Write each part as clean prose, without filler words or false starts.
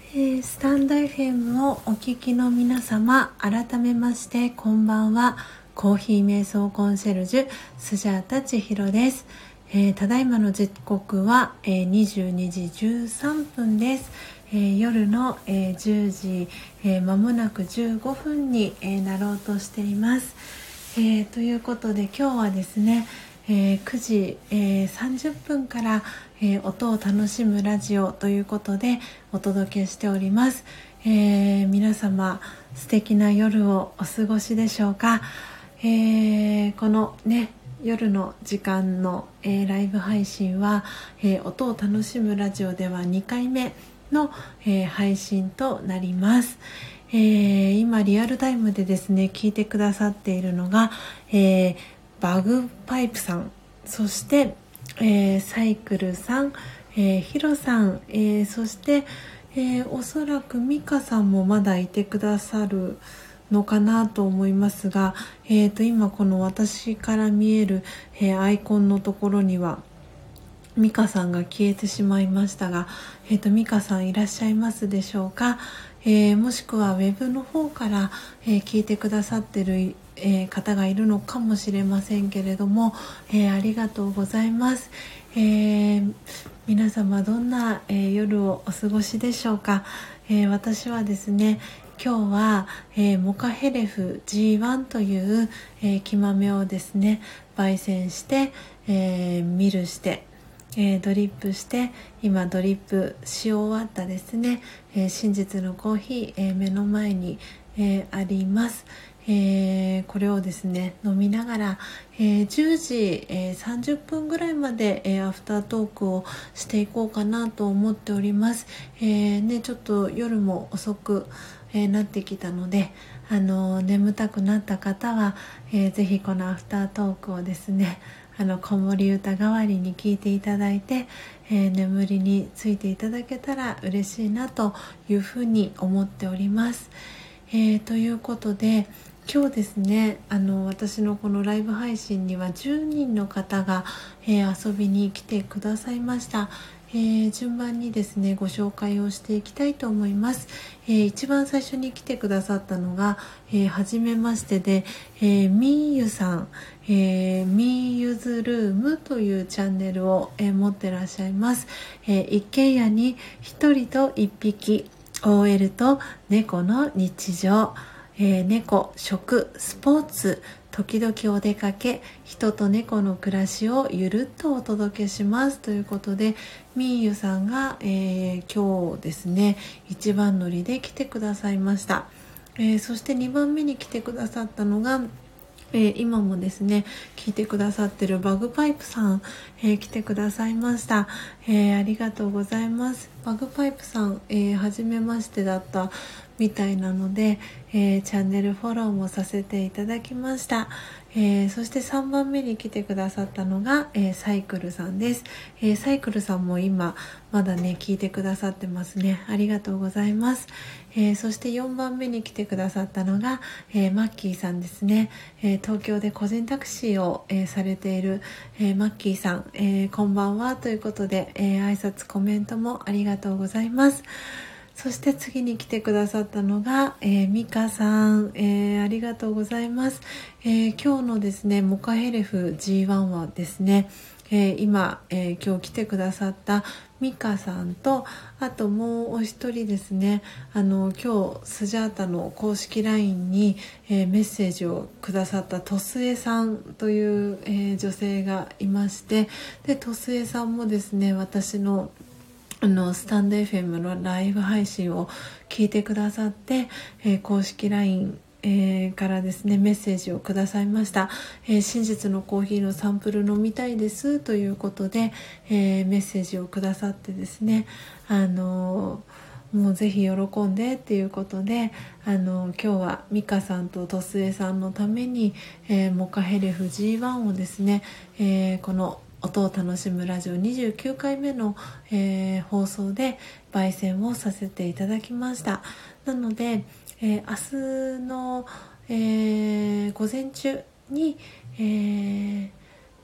スタンド FM をお聞きの皆様、改めましてこんばんは。コーヒー瞑想コンシェルジュスジャータ千尋です。ただいまの時刻は、22時13分です。夜の、10時、間もなく15分に、なろうとしています。ということで今日はですね、9時、30分から、音を楽しむラジオということでお届けしております。皆様素敵な夜をお過ごしでしょうか。このね夜の時間の、ライブ配信は、音を楽しむラジオでは2回目の、配信となります。今リアルタイムでですね聞いてくださっているのが、バグパイプさん、そして、サイクルさん、ヒロさん、そして、おそらくミカさんもまだいてくださるのかなと思いますが、今この私から見える、アイコンのところにはミカさんが消えてしまいましたが、ミカさんいらっしゃいますでしょうか。もしくはウェブの方から、聞いてくださっている、方がいるのかもしれませんけれども、ありがとうございます。皆様どんな、夜をお過ごしでしょうか。私はですね今日は、モカヘレフ G1 という、木豆をですね焙煎して、ミルして、ドリップして今ドリップし終わったですね、真実のコーヒー、目の前に、あります。これをですね飲みながら、10時、30分ぐらいまで、アフタートークをしていこうかなと思っております。ちょっと夜も遅く、なってきたので、眠たくなった方は、ぜひこのアフタートークをですね子守歌代わりに聞いていただいて、眠りについていただけたら嬉しいなというふうに思っております。ということで今日ですね私のこのライブ配信には10人の方が、遊びに来てくださいました。順番にですねご紹介をしていきたいと思います。一番最初に来てくださったのが、初めましてで、みーゆさん、みーゆずルームというチャンネルを、持ってらっしゃいます。一軒家に一人と一匹 OL と猫の日常、猫、食、スポーツ、時々お出かけ、人と猫の暮らしをゆるっとお届けしますということで、みーゆさんが、今日ですね一番乗りで来てくださいました。そして2番目に来てくださったのが、今もですね聞いてくださってるバグパイプさん、来てくださいました。ありがとうございます。バグパイプさん、初めましてだったみたいなので、チャンネルフォローもさせていただきました。そして3番目に来てくださったのが、サイクルさんです。サイクルさんも今まだね聞いてくださってますね。ありがとうございます。そして4番目に来てくださったのが、マッキーさんですね。東京で個人タクシーを、されている、マッキーさん、こんばんはということで、挨拶コメントもありがとうございます。そして次に来てくださったのが、ミカさん、ありがとうございます。今日のですねモカヘレフ G1 はですね、今、今日来てくださったミカさんと、あともうお一人ですね今日スジャータの公式 LINE に、メッセージをくださったトスエさんという、女性がいまして、でトスエさんもですね私のスタンド FM のライブ配信を聞いてくださって、公式 LINE、からですねメッセージをくださいました。真実のコーヒーのサンプル飲みたいですということで、メッセージをくださってですねもうぜひ喜んでっていうことで今日はミカさんとトスエさんのために、モカヘレフ G1 をですね、この音を楽しむラジオ29回目の、放送で焙煎をさせていただきました。なので、明日の、午前中に、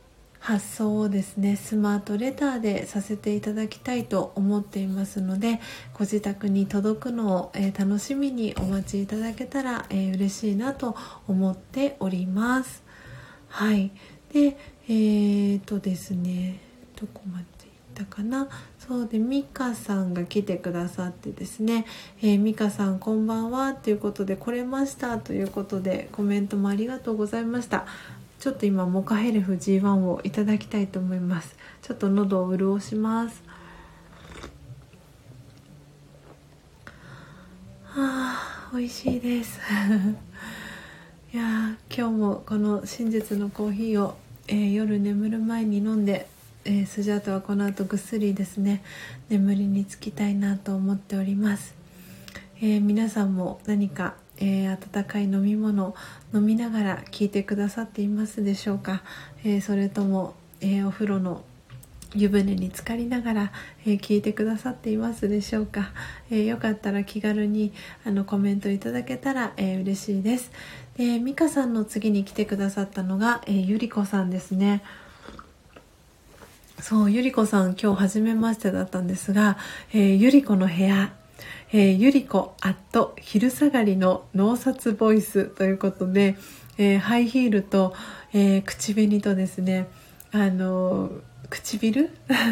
発送をですねスマートレターでさせていただきたいと思っていますので、ご自宅に届くのを、楽しみにお待ちいただけたら、嬉しいなと思っております。はい。でですね、どこまで行ったかな。そうで、ミカさんが来てくださってですね、ミカさんこんばんはということで、来れましたということでコメントもありがとうございました。ちょっと今モカヘルフ G1 をいただきたいと思います。ちょっと喉を潤します。美味しいですいや今日もこの真実のコーヒーを、夜眠る前に飲んで、スジャータはこの後ぐっすりですね眠りにつきたいなと思っております。皆さんも何か、温かい飲み物飲みながら聞いてくださっていますでしょうか。それとも、お風呂の湯船に浸かりながら、聞いてくださっていますでしょうか。よかったら気軽にコメントいただけたら、嬉しいです。で、ミカさんの次に来てくださったのが、ゆりこさんですね。そう、ゆりこさん今日初めましてだったんですが、ゆりこの部屋、ゆりこ昼下がりの脳殺ボイスということで、ハイヒールと、口紅とですね、唇、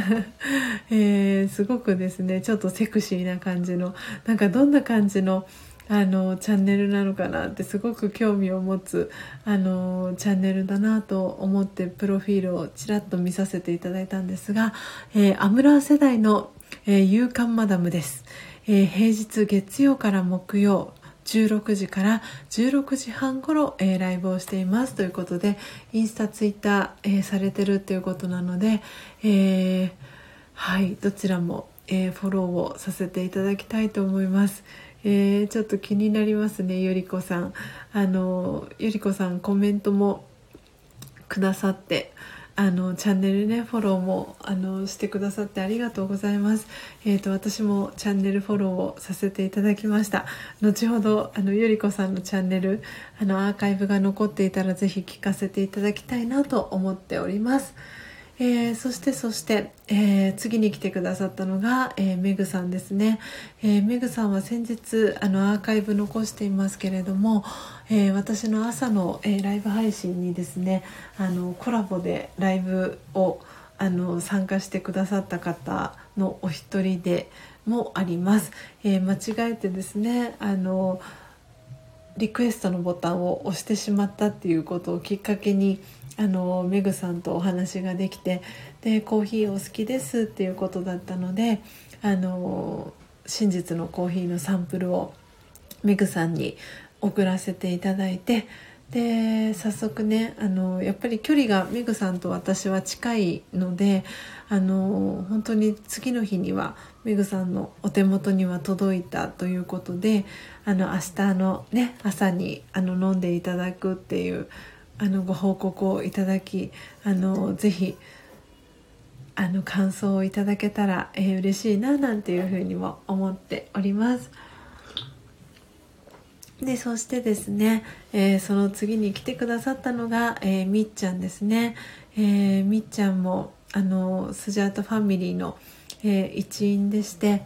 すごくですねちょっとセクシーな感じの、なんかどんな感じのチャンネルなのかなってすごく興味を持つチャンネルだなと思ってプロフィールをちらっと見させていただいたんですが、アムラー世代の、夕刊マダムです。平日月曜から木曜16時から16時半頃、ライブをしていますということで、インスタツイッター、されてるということなので、はい、どちらも、フォローをさせていただきたいと思います。ちょっと気になりますね、ゆりこさん。ゆりこさんコメントもくださって、チャンネルねフォローもしてくださってありがとうございます。私もチャンネルフォローをさせていただきました。後ほどゆりこさんのチャンネルアーカイブが残っていたらぜひ聞かせていただきたいなと思っております。そして、次に来てくださったのが、メグさんですね。メグさんは先日アーカイブ残していますけれども、私の朝の、ライブ配信にですねコラボでライブを参加してくださった方のお一人でもあります。間違えてですねリクエストのボタンを押してしまったっていうことをきっかけにメグさんとお話ができて、でコーヒーお好きですっていうことだったので真実のコーヒーのサンプルをメグさんに送らせていただいて、で早速ねやっぱり距離がメグさんと私は近いので本当に次の日にはメグさんのお手元には届いたということで明日のね朝に飲んでいただくっていうご報告をいただきぜひ感想をいただけたら、嬉しいななんていうふうにも思っております。でそしてですね、その次に来てくださったのが、みっちゃんですね。みっちゃんもスジャータファミリーの、一員でして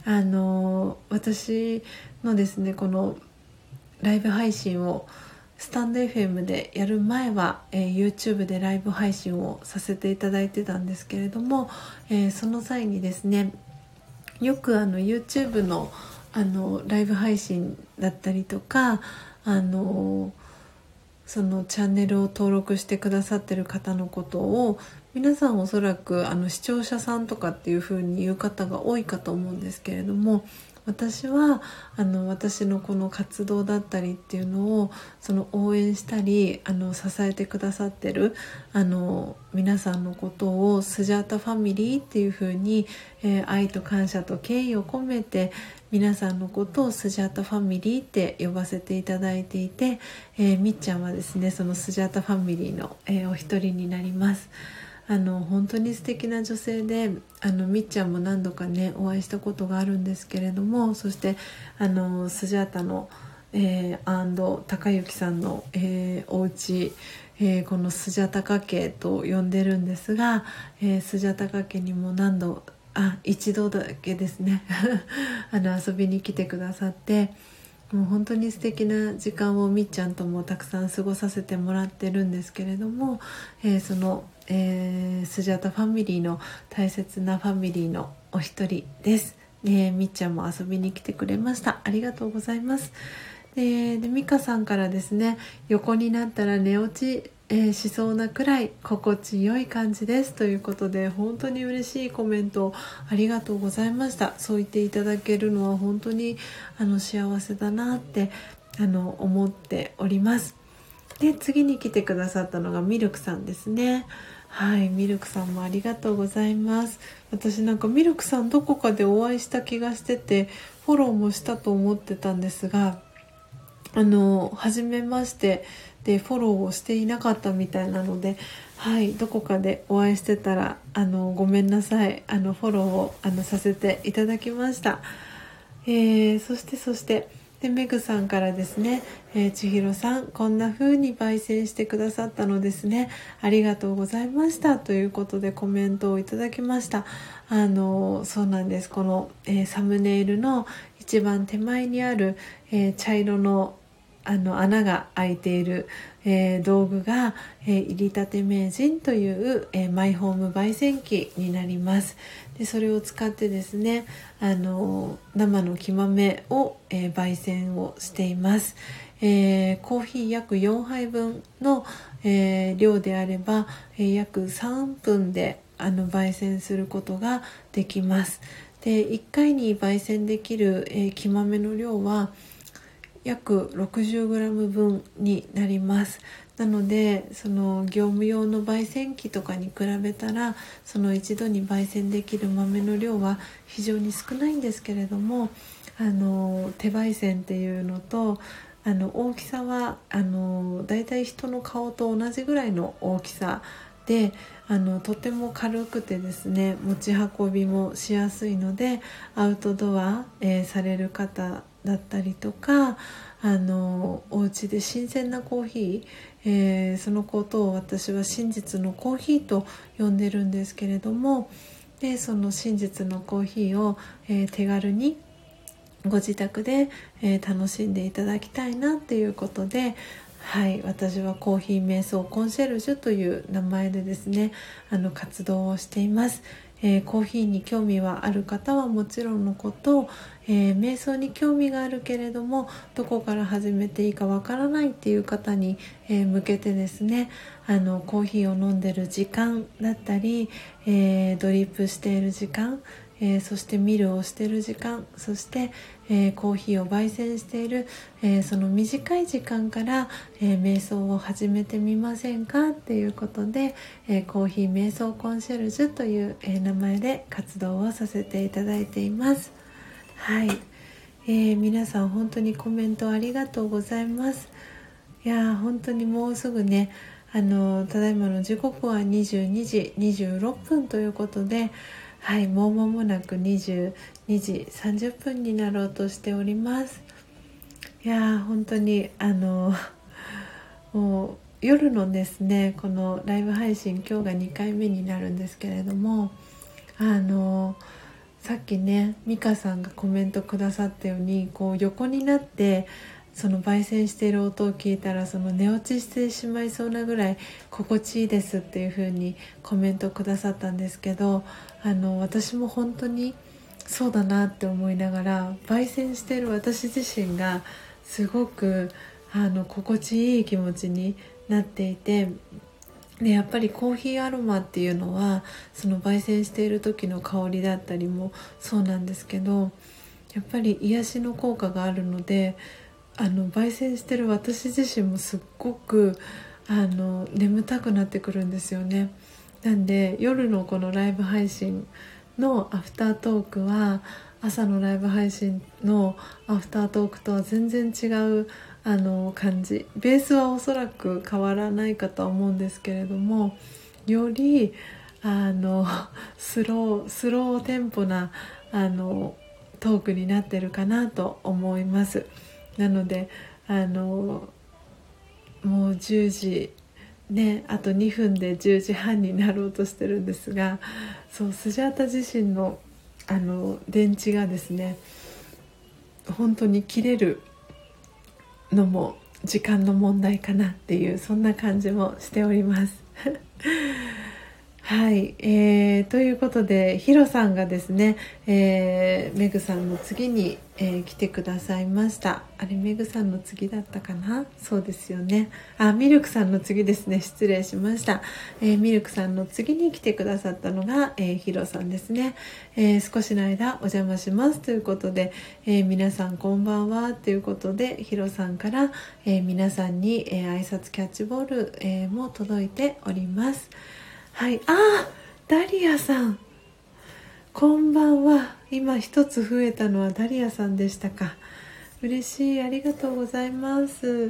私のですねこのライブ配信をスタンド FM でやる前は、YouTube でライブ配信をさせていただいてたんですけれども、その際にですねよくYouTube のライブ配信だったりとかそのチャンネルを登録してくださってる方のことを皆さんおそらく視聴者さんとかっていう風に言う方が多いかと思うんですけれども、私は私のこの活動だったりっていうのを応援したり支えてくださってる皆さんのことをスジャータファミリーっていう風に、愛と感謝と敬意を込めて皆さんのことをスジャータファミリーって呼ばせていただいていて、みっちゃんはですねそのスジャータファミリーの、お一人になります。本当に素敵な女性でみっちゃんも何度かねお会いしたことがあるんですけれども、そしてスジャータの、高幸さんの、お家このスジャタカ家と呼んでるんですが、スジャタカ家にも一度だけですね遊びに来てくださって、もう本当に素敵な時間をみっちゃんともたくさん過ごさせてもらってるんですけれども、その、スジャタファミリーの大切なファミリーのお一人です。みっちゃんも遊びに来てくれました。ありがとうございます。でミカさんからですね、横になったら寝落ち、しそうなくらい心地よい感じですということで、本当に嬉しいコメントありがとうございました。そう言っていただけるのは本当に幸せだなって思っております。で次に来てくださったのがミルクさんですね。はい、ミルクさんもありがとうございます。私なんかミルクさんどこかでお会いした気がしてて、フォローもしたと思ってたんですが、初めましてでフォローをしていなかったみたいなので、はい、どこかでお会いしてたらごめんなさい。フォローをさせていただきました。そしてでメグさんからですね、千尋さんこんな風に焙煎してくださったのですね、ありがとうございましたということでコメントをいただきました。そうなんです。この、サムネイルの一番手前にある、茶色の穴が開いている、道具が、入りたて名人という、マイホーム焙煎機になります。でそれを使ってですね、生の木豆を、焙煎をしています。コーヒー約4杯分の、量であれば、約3分で焙煎することができます。で1回に焙煎できる、木豆の量は約 60g 分になります。なのでその業務用の焙煎機とかに比べたら、その一度に焙煎できる豆の量は非常に少ないんですけれども、手焙煎っていうのと大きさはだいたい人の顔と同じぐらいの大きさで、とても軽くてですね、持ち運びもしやすいので、アウトドア、される方だったりとか、お家で新鮮なコーヒー、そのことを私は真実のコーヒーと呼んでるんですけれども、でその真実のコーヒーを、手軽にご自宅で、楽しんでいただきたいなっていうことで、はい、私はコーヒー瞑想コンシェルジュという名前でですね、活動をしています。コーヒーに興味はある方はもちろんのこと、瞑想に興味があるけれどもどこから始めていいかわからないっていう方に、向けてですね、コーヒーを飲んでる時間だったり、ドリップしている時間、そしてミルをしている時間、そして、コーヒーを焙煎している、その短い時間から、瞑想を始めてみませんかっていうことで、コーヒー瞑想コンシェルジュという、名前で活動をさせていただいています。はい、皆さん本当にコメントありがとうございます。いや本当にもうすぐね、ただいまの時刻は22時26分ということで、はい、もう間もなく22時30分になろうとしております。いや本当にもう夜のですね、このライブ配信今日が2回目になるんですけれども、さっきねミカさんがコメントくださったように、こう横になってその焙煎している音を聞いたら、その寝落ちしてしまいそうなぐらい心地いいですっていう風にコメントくださったんですけど、私も本当にそうだなって思いながら、焙煎している私自身がすごく心地いい気持ちになっていて、でやっぱりコーヒーアロマっていうのはその焙煎している時の香りだったりもそうなんですけど、やっぱり癒しの効果があるので、焙煎してる私自身もすっごく眠たくなってくるんですよね。なんで夜のこのライブ配信のアフタートークは朝のライブ配信のアフタートークとは全然違う感じ、ベースはおそらく変わらないかとは思うんですけれども、よりスローテンポなトークになってるかなと思います。なのでもう10時ね、あと2分で10時半になろうとしてるんですが、そうスジャータ自身の電池がですね、本当に切れるのも時間の問題かなっていう、そんな感じもしておりますはい、ということでヒロさんがですね、メグさんの次に、来てくださいました。あれメグさんの次だったかな。そうですよね。ミルクさんの次ですね、失礼しました。ミルクさんの次に来てくださったのが、ヒロさんですね。少しの間お邪魔しますということで、皆さんこんばんはということで、ヒロさんから、皆さんに、挨拶キャッチボール、も届いております。はい、ダリアさんこんばんは。今一つ増えたのはダリアさんでしたか。嬉しい、ありがとうございます。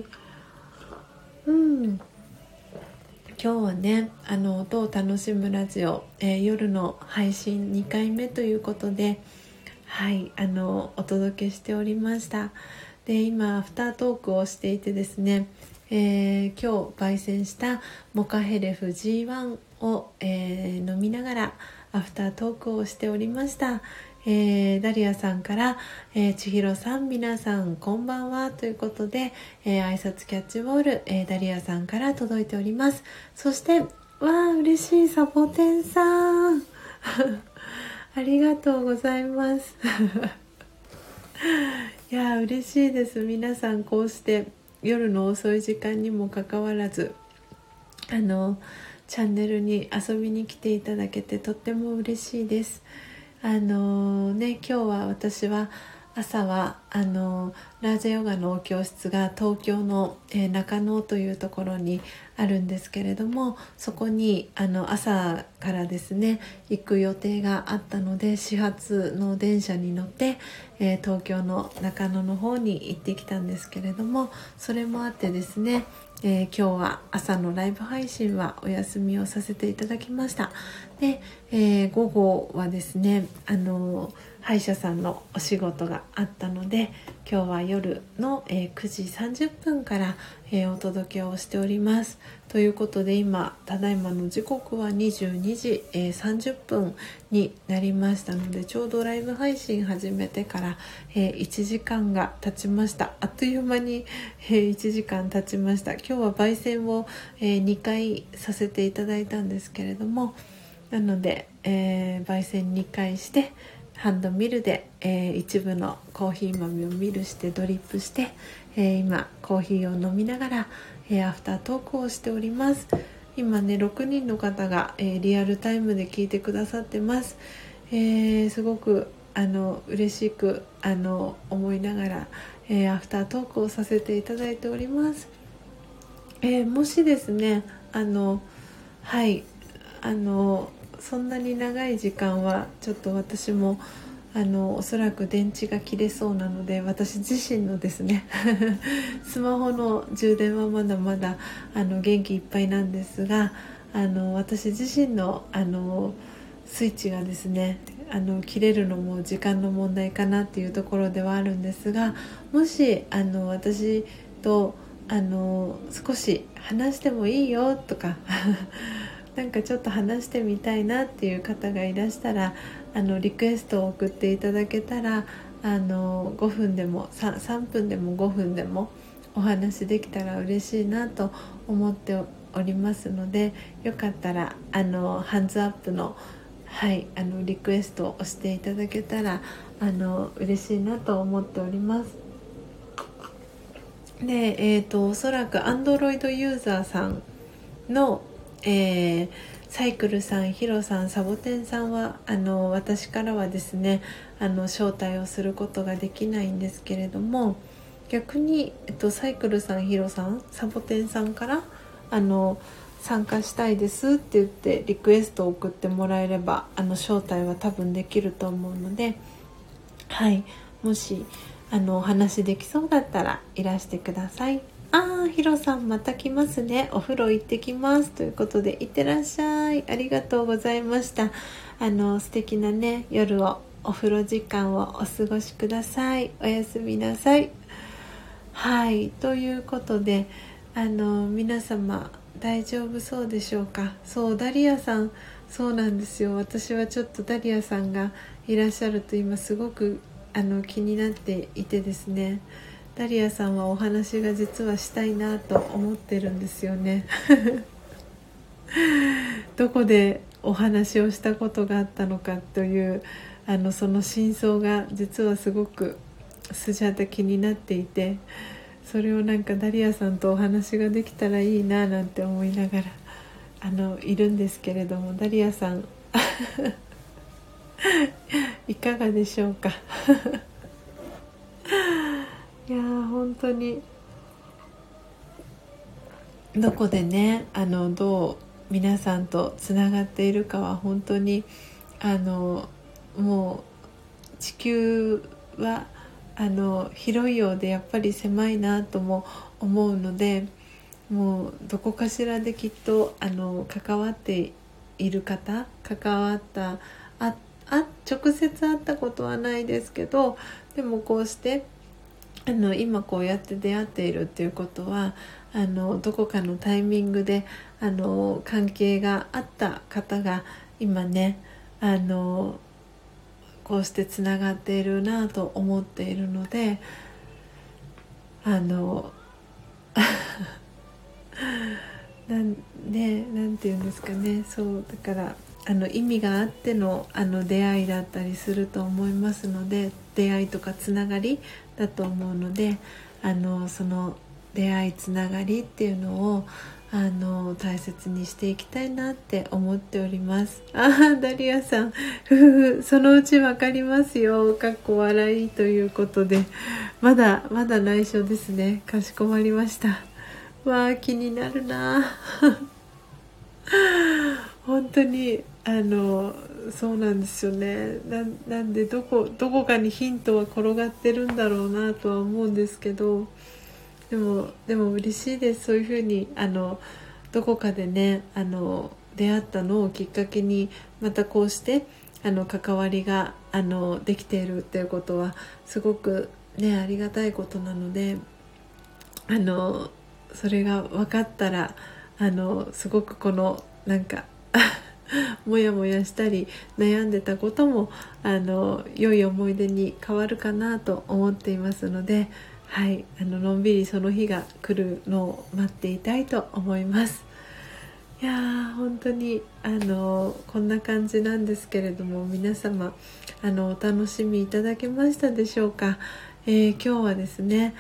今日はね、音を楽しむラジオ、夜の配信2回目ということで、はい、お届けしておりました。で、今アフタートークをしていてですね、今日焙煎したモカヘレフ G1 を、飲みながらアフタートークをしておりました。ダリアさんから、千尋さん皆さんこんばんはということで、挨拶キャッチボール、ダリアさんから届いております。そして嬉しい、サボテンさんありがとうございますいや嬉しいです。皆さんこうして夜の遅い時間にもかかわらずチャンネルに遊びに来ていただけてとっても嬉しいです。今日は私は朝はラージャヨガの教室が東京の、中野というところにあるんですけれども、そこに朝からですね行く予定があったので、始発の電車に乗って、東京の中野の方に行ってきたんですけれども、それもあってですね、今日は朝のライブ配信はお休みをさせていただきました。で、午後はですね歯医者さんのお仕事があったので、今日は夜の、9時30分から、お届けをしております。ということで今ただいまの時刻は22時、30分になりましたので、ちょうどライブ配信始めてから、1時間が経ちました。あっという間に、1時間経ちました。今日は焙煎を、2回させていただいたんですけれども、なので、焙煎2回してハンドミルで、一部のコーヒー豆をミルしてドリップして、今コーヒーを飲みながら、アフタートークをしております。今ね6人の方が、リアルタイムで聞いてくださってます。すごく嬉しく思いながら、アフタートークをさせていただいております。もしですねはいそんなに長い時間はちょっと私もおそらく電池が切れそうなので、私自身のですねスマホの充電はまだまだ元気いっぱいなんですが、私自身のスイッチがですね切れるのも時間の問題かなっていうところではあるんですが、もし私と少し話してもいいよとかなんかちょっと話してみたいなっていう方がいらしたらリクエストを送っていただけたら5分でも 3分でも5分でもお話できたら嬉しいなと思っておりますので、よかったらハンズアップのリクエストを押していただけたら嬉しいなと思っております。で、おそらく Android ユーザーさんのサイクルさん、ヒロさん、サボテンさんは私からはですね招待をすることができないんですけれども、逆に、サイクルさん、ヒロさん、サボテンさんから参加したいですって言ってリクエストを送ってもらえれば招待は多分できると思うので、もしお話できそうだったらいらしてください。ヒロさんまた来ますね。お風呂行ってきますということで、いってらっしゃい。ありがとうございました。素敵なね夜を、お風呂時間をお過ごしください。おやすみなさい。ということで皆様大丈夫そうでしょうか。そう、ダリアさん、そうなんですよ。私はちょっとダリアさんがいらっしゃると今すごく気になっていてですね、ダリアさんはお話が実はしたいなと思ってるんですよね。どこでお話をしたことがあったのかというその真相が実はすごくスジャータ気になっていて、それをなんかダリアさんとお話ができたらいいななんて思いながらいるんですけれども、ダリアさんいかがでしょうか。いや本当にどこでねどう皆さんとつながっているかは本当にもう地球は広いようでやっぱり狭いなとも思うので、もうどこかしらできっと関わっている方、関わった直接会ったことはないですけど、でもこうして今こうやって出会っているっていうことはどこかのタイミングで関係があった方が今ねこうしてつながっているなと思っているのでなんていうんですかね、そうだから意味があっての出会いだったりすると思いますので、出会いとかつながりだと思うのでその出会いつながりっていうのを大切にしていきたいなって思っております。ダリアさんそのうちわかりますよ、かっこ笑いということで、まだ内緒ですね。かしこまりました。わあ気になるな本当にそうなんですよね。なんでどこかにヒントは転がってるんだろうなとは思うんですけど、でも嬉しいです。そういうふうにどこかでね出会ったのをきっかけにまたこうして関わりができているっていうことはすごくねありがたいことなので、それが分かったらすごくこのなんかもやもやしたり悩んでたことも良い思い出に変わるかなと思っていますので、はい、のんびりその日が来るのを待っていたいと思います。いやー本当にこんな感じなんですけれども、皆様お楽しみいただけましたでしょうか。今日はですね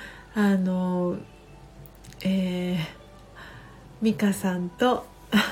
ミカさんと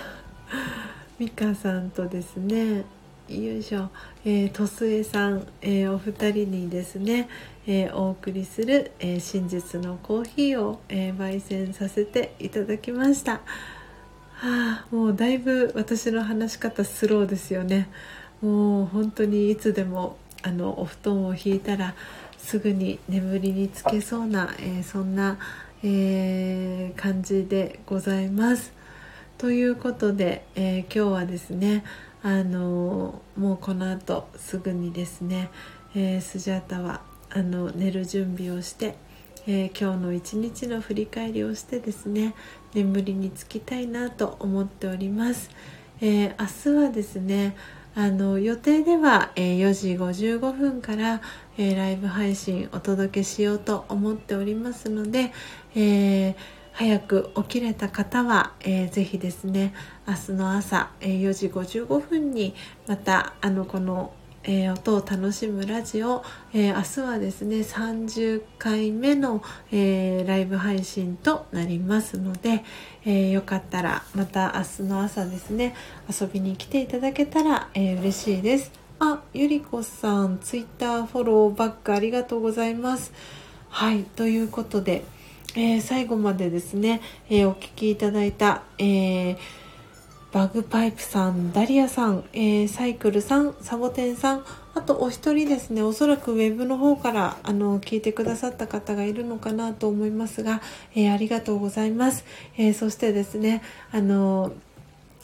ですね、よいしょ、トスエさん、お二人にですね、お送りする、真実のコーヒーを、焙煎させていただきました。もうだいぶ私の話し方スローですよね。もう本当にいつでもお布団を引いたらすぐに眠りにつけそうな、そんな、感じでございます。ということで、今日はですねもうこの後すぐにですね、スジャータは寝る準備をして、今日の一日の振り返りをしてですね眠りにつきたいなと思っております。明日はですね予定では、4時55分から、ライブ配信お届けしようと思っておりますので、早く起きれた方は、ぜひですね明日の朝、4時55分にまたこの、音を楽しむラジオ、明日はですね30回目の、ライブ配信となりますので、よかったらまた明日の朝ですね遊びに来ていただけたら、嬉しいです。ゆりこさんツイッターフォローバックありがとうございます。はい、ということで最後までですね、お聞きいただいた、バグパイプさん、ダリアさん、サイクルさん、サボテンさん、あとお一人ですね、おそらくウェブの方から聞いてくださった方がいるのかなと思いますが、ありがとうございます。そしてですね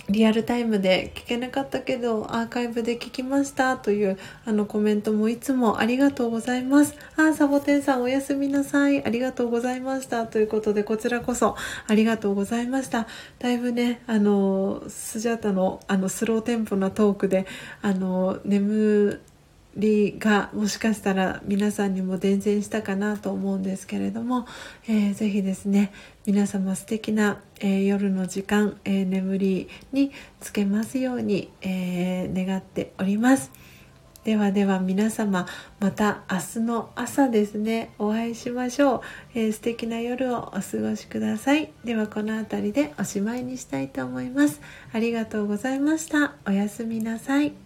リアルタイムで聞けなかったけどアーカイブで聞きましたというコメントもいつもありがとうございます。サボテンさんおやすみなさい、ありがとうございましたということで、こちらこそありがとうございました。だいぶねスジャータのスローテンポなトークで眠りがもしかしたら皆さんにも伝染したかなと思うんですけれども、ぜひですね皆様素敵な、夜の時間、眠りにつけますように、願っております。ではでは皆様、また明日の朝ですねお会いしましょう。素敵な夜をお過ごしください。ではこの辺りでおしまいにしたいと思います。ありがとうございました。おやすみなさい。